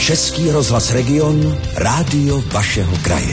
Český rozhlas Region, rádio vašeho kraje.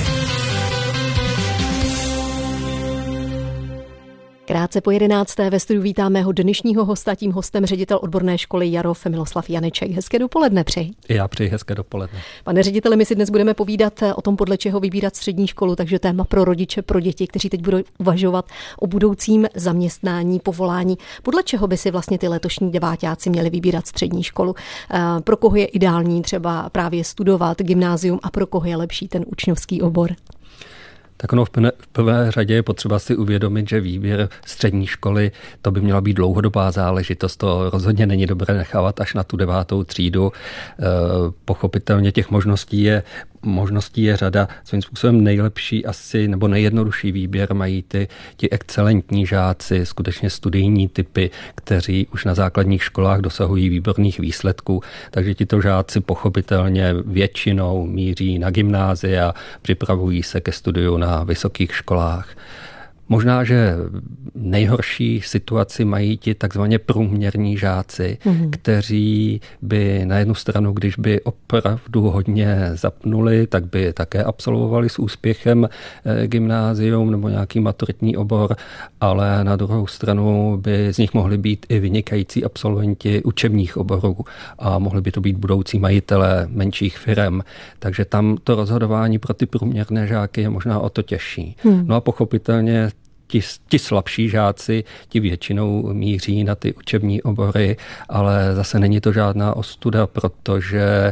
Krátce po 11. ve studiu vítám mého dnešního hosta, tím hostem ředitel odborné školy Jarov Miloslav Janeček. Hezké dopoledne přeji. Já přeji hezké dopoledne. Pane řediteli, my si dnes budeme povídat o tom, podle čeho vybírat střední školu, takže téma pro rodiče, pro děti, kteří teď budou uvažovat o budoucím zaměstnání, povolání. Podle čeho by si vlastně ty letošní deváťáci měli vybírat střední školu? Pro koho je ideální třeba právě studovat gymnázium a pro koho je lepší ten učňovský obor? Tak ono v prvé řadě je potřeba si uvědomit, že výběr střední školy, to by měla být dlouhodobá záležitost. To rozhodně není dobré nechávat až na tu 9. třídu. Pochopitelně těch možností je řada. Svým způsobem nejlepší asi nebo nejjednodušší výběr mají ti excelentní žáci, skutečně studijní typy, kteří už na základních školách dosahují výborných výsledků. Takže tito žáci pochopitelně většinou míří na gymnázia, připravují se ke studiu na vysokých školách. Možná, že nejhorší situaci mají ti takzvaně průměrní žáci, kteří by na jednu stranu, když by opravdu hodně zapnuli, tak by také absolvovali s úspěchem gymnázium nebo nějaký maturitní obor, ale na druhou stranu by z nich mohli být i vynikající absolventi učebních oborů a mohli by to být budoucí majitelé menších firem. Takže tam to rozhodování pro ty průměrné žáky je možná o to těžší. No a pochopitelně ti slabší žáci, ti většinou míří na ty učební obory, ale zase není to žádná ostuda, protože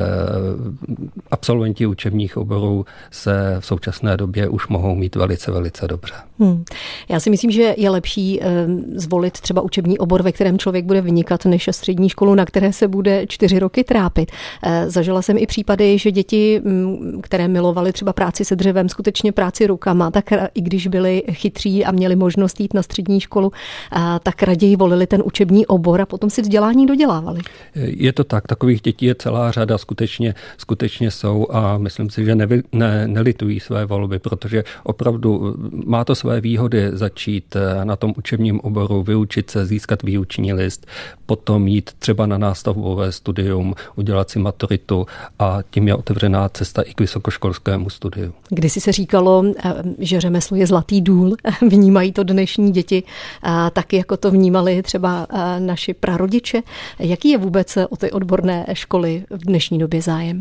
absolventi učebních oborů se v současné době už mohou mít velice, velice dobře. Já si myslím, že je lepší zvolit třeba učební obor, ve kterém člověk bude vynikat, než střední školu, na které se bude 4 roky trápit. Zažila jsem i případy, že děti, které milovaly třeba práci se dřevem, skutečně práci rukama, tak i když byli chytří a měli možnost jít na střední školu, tak raději volili ten učební obor a potom si vzdělání dodělávali. Je to tak, takových dětí je celá řada, skutečně jsou a myslím si, že nelitují své volby, protože opravdu má to své výhody začít na tom učebním oboru, vyučit se, získat výuční list, potom jít třeba na nástavbové studium, udělat si maturitu a tím je otevřená cesta i k vysokoškolskému studiu. Kdysi se říkalo, že řemeslo je zlatý důl, vnímají to dnešní děti taky, jako to vnímali třeba naši prarodiče. Jaký je vůbec o ty odborné školy v dnešní době zájem?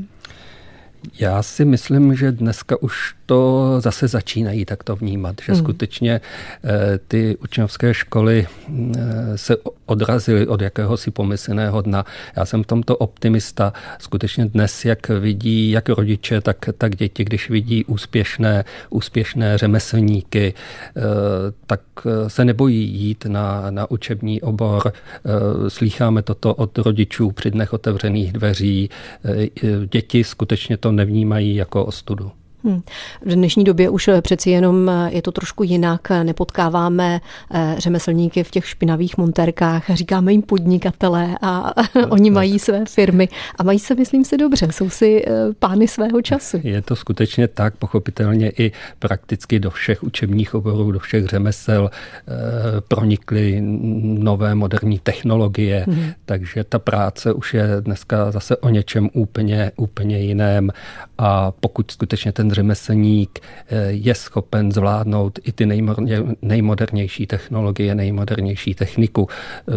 Já si myslím, že dneska už to zase začínají takto vnímat, že skutečně ty učňovské školy se odrazily od jakéhosi pomyslného dna. Já jsem v tomto optimista. Skutečně dnes, jak vidí jak rodiče, tak děti, když vidí úspěšné řemeslníky, tak se nebojí jít na učební obor. Slýcháme toto od rodičů při dnech otevřených dveří. Děti skutečně to nevnímají jako ostudu. V dnešní době už přeci jenom je to trošku jinak. Nepotkáváme řemeslníky v těch špinavých montérkách. Říkáme jim podnikatelé a oni mají své firmy a mají se, myslím si, dobře. Jsou si pány svého času. Je to skutečně tak, pochopitelně i prakticky do všech učebních oborů, do všech řemesel pronikly nové moderní technologie, takže ta práce už je dneska zase o něčem úplně jiném a pokud skutečně ten řemeslník je schopen zvládnout i ty nejmodernější technologie, nejmodernější techniku.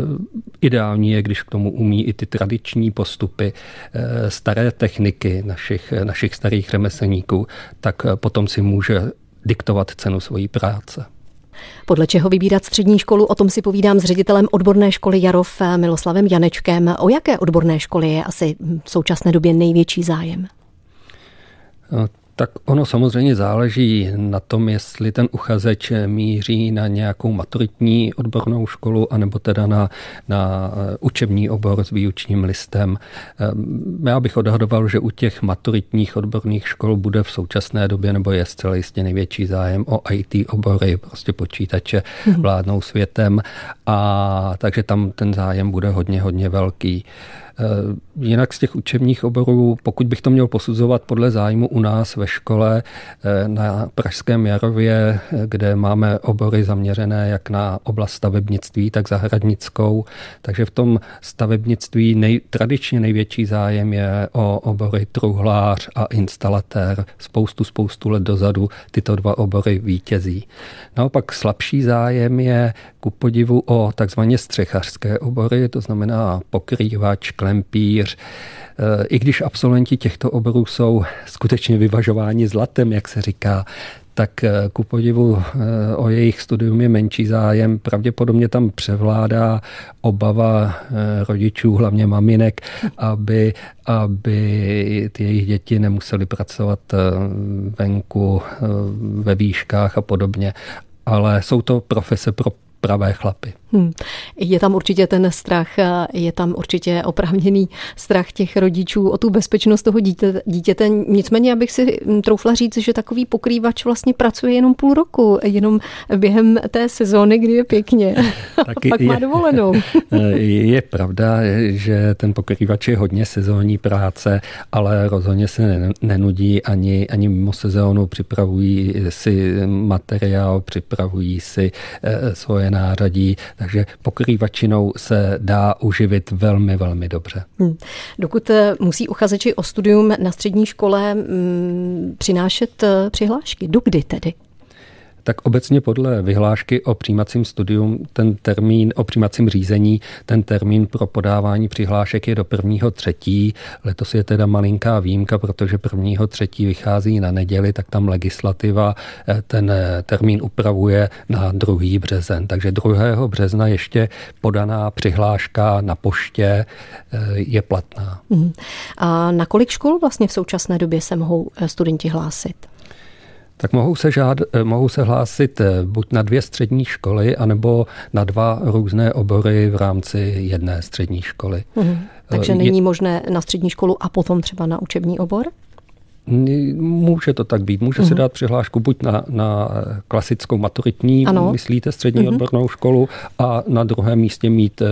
Ideální je, když k tomu umí i ty tradiční postupy, staré techniky našich starých řemeslníků, tak potom si může diktovat cenu svojí práce. Podle čeho vybírat střední školu, o tom si povídám s ředitelem odborné školy Jarov Miloslavem Janečkem. O jaké odborné školy je asi v současné době největší zájem? Tak ono samozřejmě záleží na tom, jestli ten uchazeč míří na nějakou maturitní odbornou školu, anebo teda na učební obor s výučním listem. Já bych odhadoval, že u těch maturitních odborných škol bude v současné době, nebo je zcela jistě největší zájem o IT obory, prostě počítače vládnou světem, a takže tam ten zájem bude hodně velký. Jinak z těch učebních oborů, pokud bych to měl posuzovat podle zájmu u nás ve škole na Pražském Jarově, kde máme obory zaměřené jak na oblast stavebnictví, tak zahradnickou, takže v tom stavebnictví tradičně největší zájem je o obory truhlář a instalatér. Spoustu let dozadu tyto dva obory vítězí. Naopak slabší zájem je ku podivu o takzvaně střechařské obory, to znamená pokrývač, klempíř. I když absolventi těchto oborů jsou skutečně vyvažováni zlatem, jak se říká, tak ku podivu o jejich studium je menší zájem. Pravděpodobně tam převládá obava rodičů, hlavně maminek, aby ty jejich děti nemusely pracovat venku ve výškách a podobně. Ale jsou to profese pro pravé chlapy. Je tam určitě ten strach, je tam určitě oprávněný strach těch rodičů o tu bezpečnost toho dítěte. Nicméně, abych si troufla říct, že takový pokrývač vlastně pracuje jenom půl roku, jenom během té sezóny, kdy je pěkně. Pak má dovolenou. Je pravda, že ten pokrývač je hodně sezónní práce, ale rozhodně se nenudí ani mimo sezónu, připravují si materiál, připravují si svoje nářadí, takže pokrývačinou se dá uživit velmi, velmi dobře. Dokud musí uchazeči o studium na střední škole přinášet přihlášky, dokdy tedy? Tak obecně podle vyhlášky o přijímacím studium, o přijímacím řízení, ten termín pro podávání přihlášek je do 1.3. Letos je teda malinká výjimka, protože 1.3. vychází na neděli, tak tam legislativa ten termín upravuje na 2. březen. Takže 2. března ještě podaná přihláška na poště je platná. A na kolik škol vlastně v současné době se mohou studenti hlásit? Tak mohou se hlásit buď na 2 střední školy, anebo na 2 různé obory v rámci jedné střední školy. Takže není možné na střední školu a potom třeba na učební obor? Může to tak být. Může si dát přihlášku buď na klasickou maturitní, myslíte, střední odbornou školu, a na druhém místě mít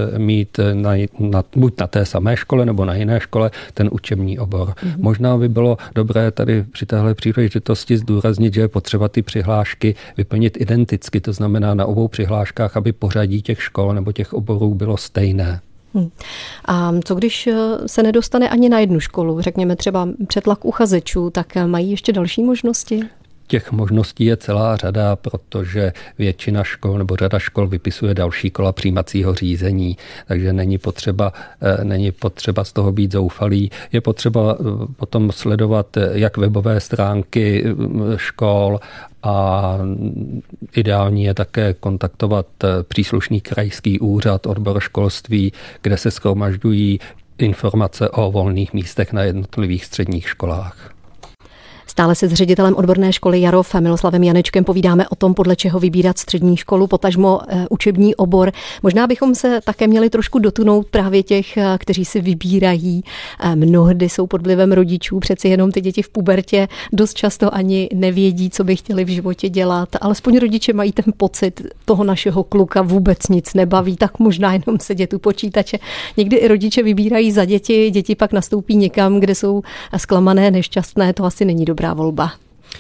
buď na té samé škole nebo na jiné škole ten učební obor. Možná by bylo dobré tady při téhle příležitosti zdůraznit, že je potřeba ty přihlášky vyplnit identicky, to znamená na obou přihláškách, aby pořadí těch škol nebo těch oborů bylo stejné. A co když se nedostane ani na jednu školu, řekněme třeba přetlak uchazečů, tak mají ještě další možnosti? Těch možností je celá řada, protože většina škol nebo řada škol vypisuje další kola přijímacího řízení, takže není potřeba z toho být zoufalý. Je potřeba potom sledovat jak webové stránky škol a ideální je také kontaktovat příslušný krajský úřad, odbor školství, kde se shromažďují informace o volných místech na jednotlivých středních školách. Stále se s ředitelem odborné školy Jarov Miloslavem Janečkem povídáme o tom, podle čeho vybírat střední školu, potažmo učební obor. Možná bychom se také měli trošku dotunout právě těch, kteří si vybírají. Mnohdy jsou pod vlivem rodičů, přeci jenom ty děti v pubertě dost často ani nevědí, co by chtěli v životě dělat. Alespoň rodiče mají ten pocit, toho našeho kluka vůbec nic nebaví, tak možná jenom sedět u počítače. Někdy i rodiče vybírají za děti pak nastoupí někam, kde jsou zklamané, nešťastné, to asi není dobrá volba.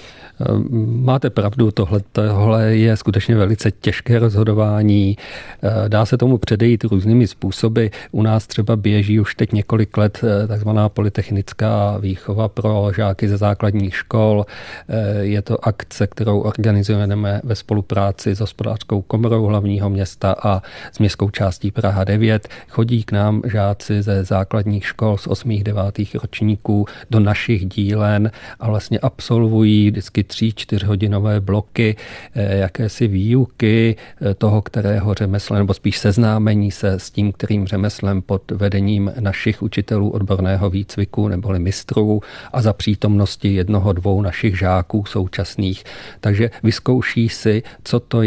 Máte pravdu, tohle je skutečně velice těžké rozhodování. Dá se tomu předejít různými způsoby. U nás třeba běží už teď několik let takzvaná polytechnická výchova pro žáky ze základních škol. Je to akce, kterou organizujeme ve spolupráci s Hospodářskou komorou hlavního města a s městskou částí Praha 9. Chodí k nám žáci ze základních škol z 8. 9. ročníků do našich dílen a vlastně absolvují vždycky 3-4 hodinové bloky jakési výuky toho, kterého řemesla, nebo spíš seznámení se s tím, kterým řemeslem pod vedením našich učitelů odborného výcviku neboli mistrů a za přítomnosti 1-2 našich žáků současných. Takže vyzkouší si, co to je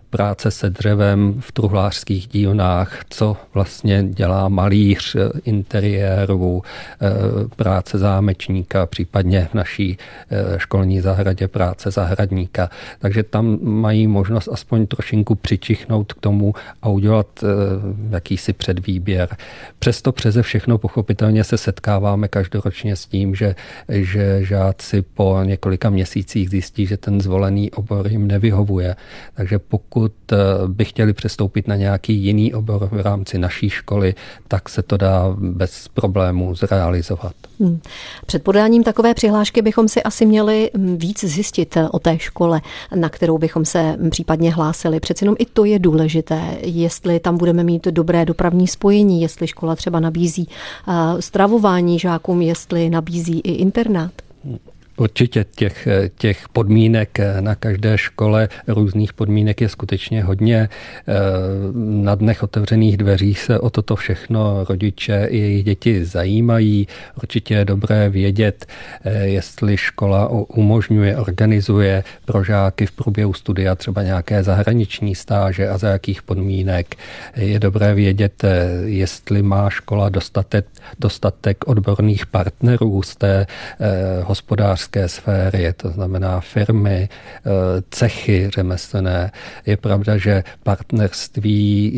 práce se dřevem v truhlářských dílnách, co vlastně dělá malíř interiéru, práce zámečníka, případně v naší školní zahradě práce zahradníka. Takže tam mají možnost aspoň trošinku přičichnout k tomu a udělat jakýsi předvýběr. Přesto přeze všechno pochopitelně se setkáváme každoročně s tím, že žáci po několika měsících zjistí, že ten zvolený obor jim nevyhovuje. Takže pokud by chtěli přestoupit na nějaký jiný obor v rámci naší školy, tak se to dá bez problémů zrealizovat. Před podáním takové přihlášky bychom si asi měli víc zjistit o té škole, na kterou bychom se případně hlásili. Přeci jenom i to je důležité, jestli tam budeme mít dobré dopravní spojení, jestli škola třeba nabízí stravování žákům, jestli nabízí i internát. Určitě těch podmínek na každé škole, různých podmínek je skutečně hodně. Na dnech otevřených dveří se o toto všechno rodiče i jejich děti zajímají. Určitě je dobré vědět, jestli škola umožňuje, organizuje pro žáky v průběhu studia třeba nějaké zahraniční stáže a za jakých podmínek. Je dobré vědět, jestli má škola dostatek odborných partnerů z té hospodářské sféry, to znamená firmy, cechy řemeslné. Je pravda, že partnerství,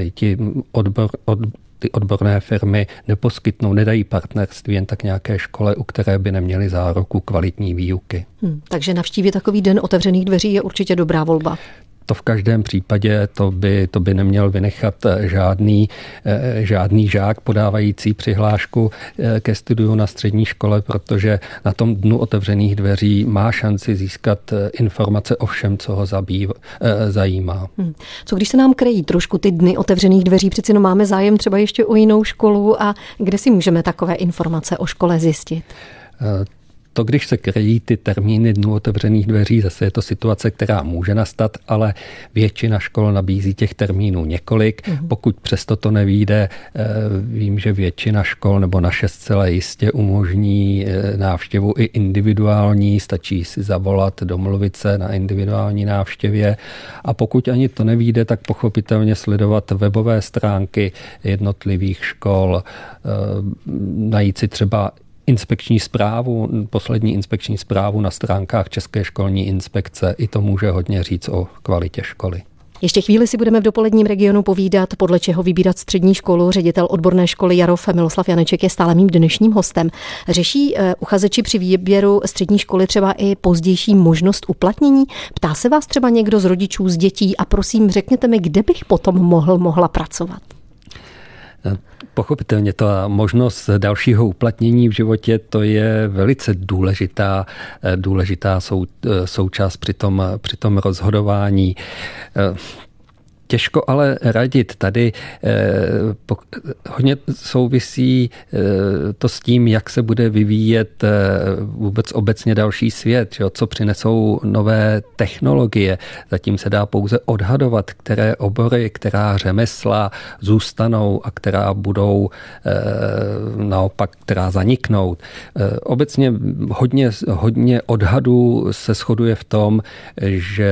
ty odborné firmy nedají partnerství jen tak nějaké škole, u které by neměly záruku kvalitní výuky. Takže navštívit takový den otevřených dveří je určitě dobrá volba. To v každém případě to by neměl vynechat žádný žák podávající přihlášku ke studiu na střední škole, protože na tom dnu otevřených dveří má šanci získat informace o všem, co ho zajímá. Co když se nám krejí trošku ty dny otevřených dveří, přeci no máme zájem třeba ještě o jinou školu a kde si můžeme takové informace o škole zjistit? To, když se kryjí ty termíny dnů otevřených dveří, zase je to situace, která může nastat, ale většina škol nabízí těch termínů několik. Pokud přesto to nevyjde, vím, že většina škol nebo naše zcela jistě umožní návštěvu i individuální, stačí si zavolat, domluvit se na individuální návštěvě a pokud ani to nevyjde, tak pochopitelně sledovat webové stránky jednotlivých škol, najít si třeba poslední inspekční zprávu na stránkách České školní inspekce. I to může hodně říct o kvalitě školy. Ještě chvíli si budeme v dopoledním regionu povídat, podle čeho vybírat střední školu. Ředitel odborné školy Jarov Miloslav Janeček je stále mým dnešním hostem. Řeší uchazeči při výběru střední školy třeba i pozdější možnost uplatnění? Ptá se vás třeba někdo z rodičů, z dětí a prosím, řekněte mi, kde bych potom mohla pracovat? Pochopitelně ta možnost dalšího uplatnění v životě, to je velice důležitá součást při tom rozhodování. Těžko ale radit. Tady hodně souvisí to s tím, jak se bude vyvíjet vůbec obecně další svět, co přinesou nové technologie. Zatím se dá pouze odhadovat, které obory, která řemesla zůstanou a která budou naopak, která zaniknou. Obecně hodně odhadů se shoduje v tom, že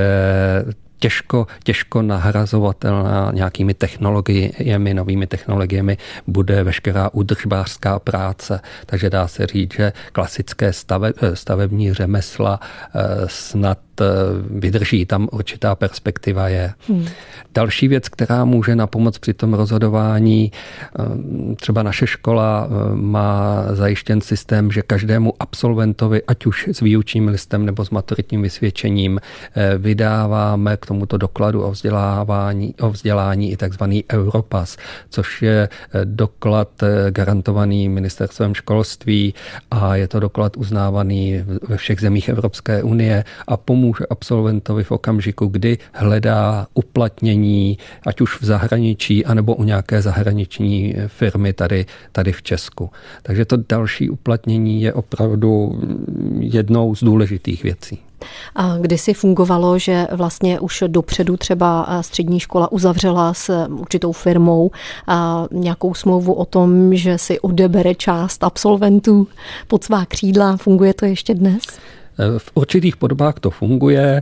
těžko nahrazovatelná nějakými technologiemi, novými technologiemi bude veškerá údržbářská práce. Takže dá se říct, že klasické stavební řemesla snad vydrží, tam určitá perspektiva je. Další věc, která může napomoct při tom rozhodování, třeba naše škola má zajištěn systém, že každému absolventovi, ať už s výučním listem nebo s maturitním vysvědčením, vydáváme k tomuto dokladu o vzdělání i takzvaný Europass, což je doklad garantovaný ministerstvem školství a je to doklad uznávaný ve všech zemích Evropské unie a pomůže absolventovi v okamžiku, kdy hledá uplatnění, ať už v zahraničí, anebo u nějaké zahraniční firmy tady v Česku. Takže to další uplatnění je opravdu jednou z důležitých věcí. A kdysi fungovalo, že vlastně už dopředu třeba střední škola uzavřela s určitou firmou nějakou smlouvu o tom, že si odebere část absolventů pod svá křídla. Funguje to ještě dnes? V určitých podobách to funguje.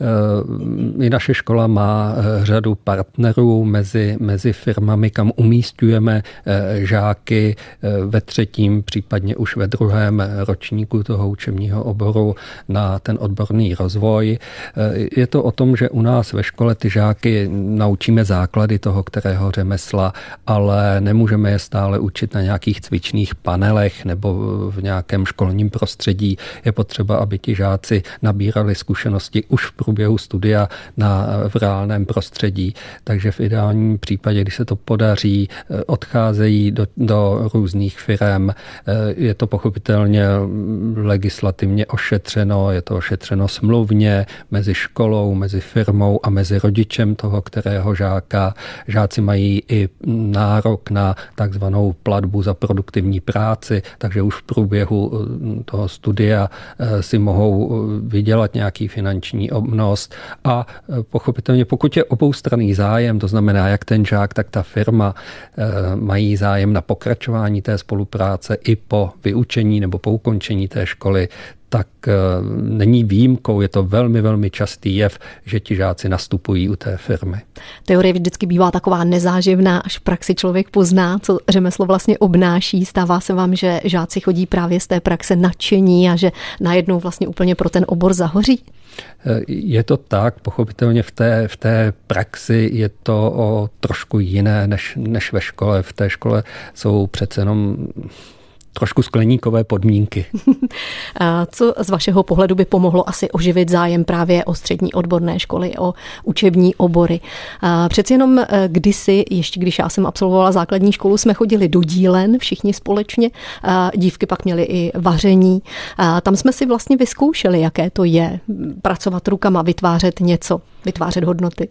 I naše škola má řadu partnerů mezi firmami, kam umísťujeme žáky ve 3., případně už ve 2. ročníku toho učebního oboru na ten odborný rozvoj. Je to o tom, že u nás ve škole ty žáky naučíme základy toho, kterého řemesla, ale nemůžeme je stále učit na nějakých cvičných panelech nebo v nějakém školním prostředí. Je potřeba, aby ti žáci nabírali zkušenosti už v průběhu studia v reálném prostředí. Takže v ideálním případě, když se to podaří, odcházejí do různých firem. Je to pochopitelně legislativně ošetřeno, je to ošetřeno smluvně mezi školou, mezi firmou a mezi rodičem toho, kterého žáka. Žáci mají i nárok na takzvanou platbu za produktivní práci, takže už v průběhu toho studia si mohou vydělat nějaký finanční obnos a pochopitelně, pokud je oboustranný zájem, to znamená jak ten žák, tak ta firma mají zájem na pokračování té spolupráce i po vyučení nebo po ukončení té školy, tak není výjimkou, je to velmi, velmi častý jev, že ti žáci nastupují u té firmy. Teorie vždycky bývá taková nezáživná, až v praxi člověk pozná, co řemeslo vlastně obnáší. Stává se vám, že žáci chodí právě z té praxe nadšení a že najednou vlastně úplně pro ten obor zahoří? Je to tak, pochopitelně v té praxi je to o trošku jiné než ve škole. V té škole jsou přece jenom trošku skleníkové podmínky. Co z vašeho pohledu by pomohlo asi oživit zájem právě o střední odborné školy, o učební obory? Přeci jenom kdysi, ještě když já jsem absolvovala základní školu, jsme chodili do dílen všichni společně. Dívky pak měly i vaření. Tam jsme si vlastně vyzkoušeli, jaké to je pracovat rukama, vytvářet něco, vytvářet hodnoty.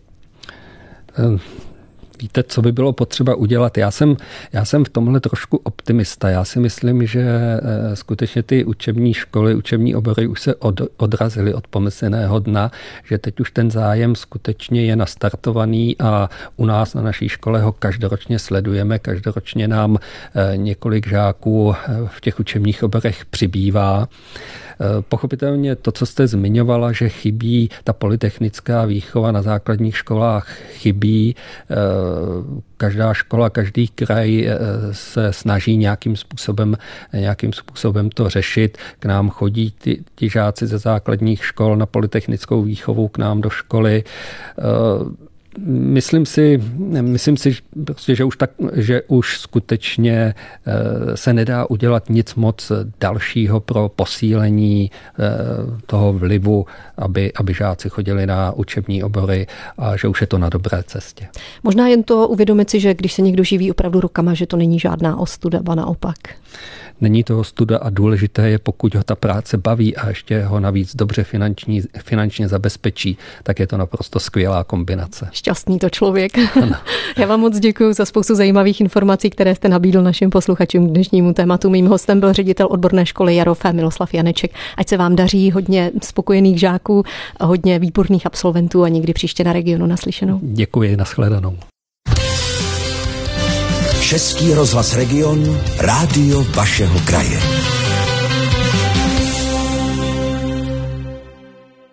Víte, co by bylo potřeba udělat? Já jsem v tomhle trošku optimista. Já si myslím, že skutečně ty učební školy, učební obory už se odrazily od pomyslného dna, že teď už ten zájem skutečně je nastartovaný a u nás na naší škole ho každoročně sledujeme. Každoročně nám několik žáků v těch učebních oborech přibývá. Pochopitelně to, co jste zmiňovala, že chybí ta polytechnická výchova na základních školách, chybí. Každá škola, každý kraj se snaží nějakým způsobem to řešit. K nám chodí ti žáci ze základních škol na polytechnickou výchovu k nám do školy. Myslím si prostě, že už skutečně se nedá udělat nic moc dalšího pro posílení toho vlivu, aby žáci chodili na učební obory a že už je to na dobré cestě. Možná jen to uvědomit si, že když se někdo živí opravdu rukama, že to není žádná ostuda, ba naopak. Není to ostuda a důležité je, pokud ho ta práce baví a ještě ho navíc dobře finančně zabezpečí, tak je to naprosto skvělá kombinace. Šťastný to člověk. Já vám moc děkuji za spoustu zajímavých informací, které jste nabídl našim posluchačům k dnešnímu tématu. Mým hostem byl ředitel odborné školy Jarofe Miloslav Janeček. Ať se vám daří, hodně spokojených žáků, hodně výborných absolventů a někdy příště na Regionu naslyšenou. Děkuji, nashledanou. Český rozhlas Region, rádio vašeho kraje.